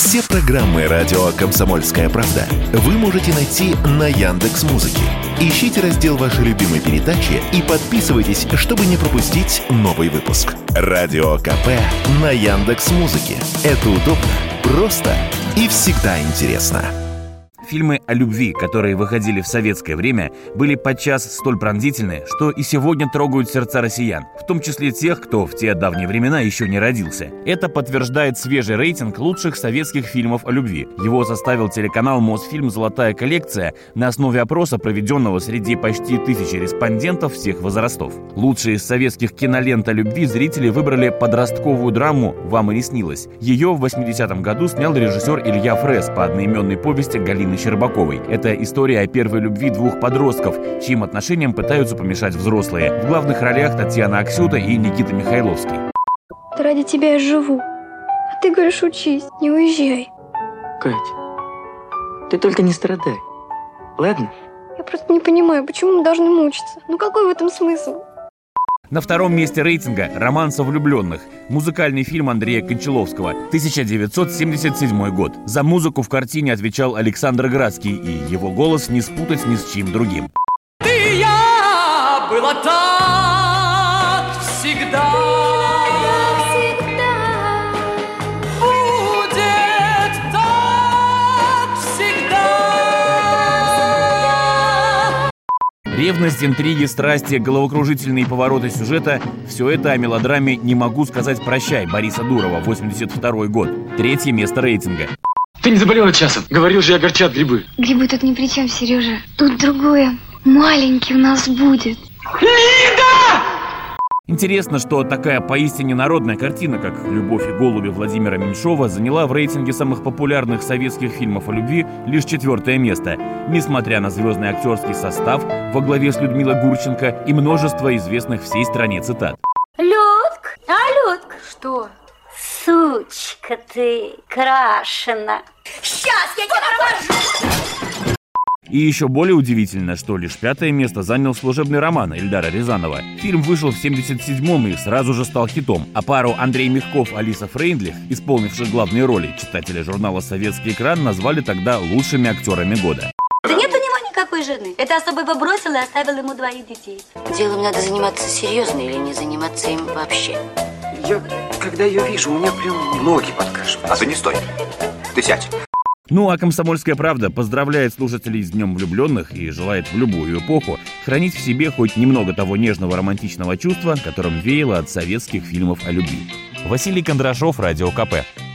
Все программы радио «Комсомольская правда» вы можете найти на Яндекс.Музыке. Ищите раздел вашей любимой передачи и подписывайтесь, чтобы не пропустить новый выпуск. Радио КП на Яндекс.Музыке. Это удобно, просто и всегда интересно. Фильмы о любви, которые выходили в советское время, были подчас столь пронзительны, что и сегодня трогают сердца россиян, в том числе тех, кто в те давние времена еще не родился. Это подтверждает свежий рейтинг лучших советских фильмов о любви. Его составил телеканал Мосфильм «Золотая коллекция» на основе опроса, проведенного среди почти 1000 респондентов всех возрастов. Лучшие из советских кинолент о любви зрители выбрали подростковую драму «Вам и не снилось». Ее в 80-м году снял режиссер Илья Фрэз по одноименной повести Галины Щербаковой. Это история о первой любви двух подростков, чьим отношениям пытаются помешать взрослые. В главных ролях Татьяна Аксюта и Никита Михайловский. Да ради тебя я живу. А ты говоришь, учись, не уезжай. Кать, ты только не страдай, ладно? Я просто не понимаю, почему мы должны мучиться? Ну какой в этом смысл? На втором месте рейтинга «Романс о влюбленных» – музыкальный фильм Андрея Кончаловского, 1977 год. За музыку в картине отвечал Александр Градский, и его голос не спутать ни с чьим другим. Ты и я было так всегда. Будет так всегда. Ревность, интриги, страсти, головокружительные повороты сюжета – все это о мелодраме «Не могу сказать прощай» Бориса Дурова, 82 год. Третье место рейтинга. Ты не заболела часом? Говорил же, я огорчат грибы. Грибы тут ни при чем, Сережа. Тут другое. Маленький у нас будет. Лида! Интересно, что такая поистине народная картина, как «Любовь и голуби» Владимира Меньшова, заняла в рейтинге самых популярных советских фильмов о любви лишь 4 место, несмотря на звездный актерский состав во главе с Людмилой Гурченко и множество известных всей стране цитат. Людк, Людк. Что? Сучка ты крашена. Сейчас я тебя покажу. И еще более удивительно, что лишь 5 место занял «Служебный роман» Эльдара Рязанова. Фильм вышел в 1977-м и сразу же стал хитом, а пару Андрей Мягков, Алиса Фрейндлих, исполнивших главные роли, читатели журнала «Советский экран» назвали тогда лучшими актерами года. Да нет у него никакой жены. Это особо его бросил и оставил ему 2 детей. Делом надо заниматься серьезно или не заниматься им вообще? Я, когда ее вижу, у меня прям ноги подкашиваются. А ты не стой. Ты сядь. Ну а «Комсомольская правда» поздравляет слушателей с Днем влюбленных и желает в любую эпоху хранить в себе хоть немного того нежного романтичного чувства, которым веяло от советских фильмов о любви. Василий Кондрашов, Радио КП.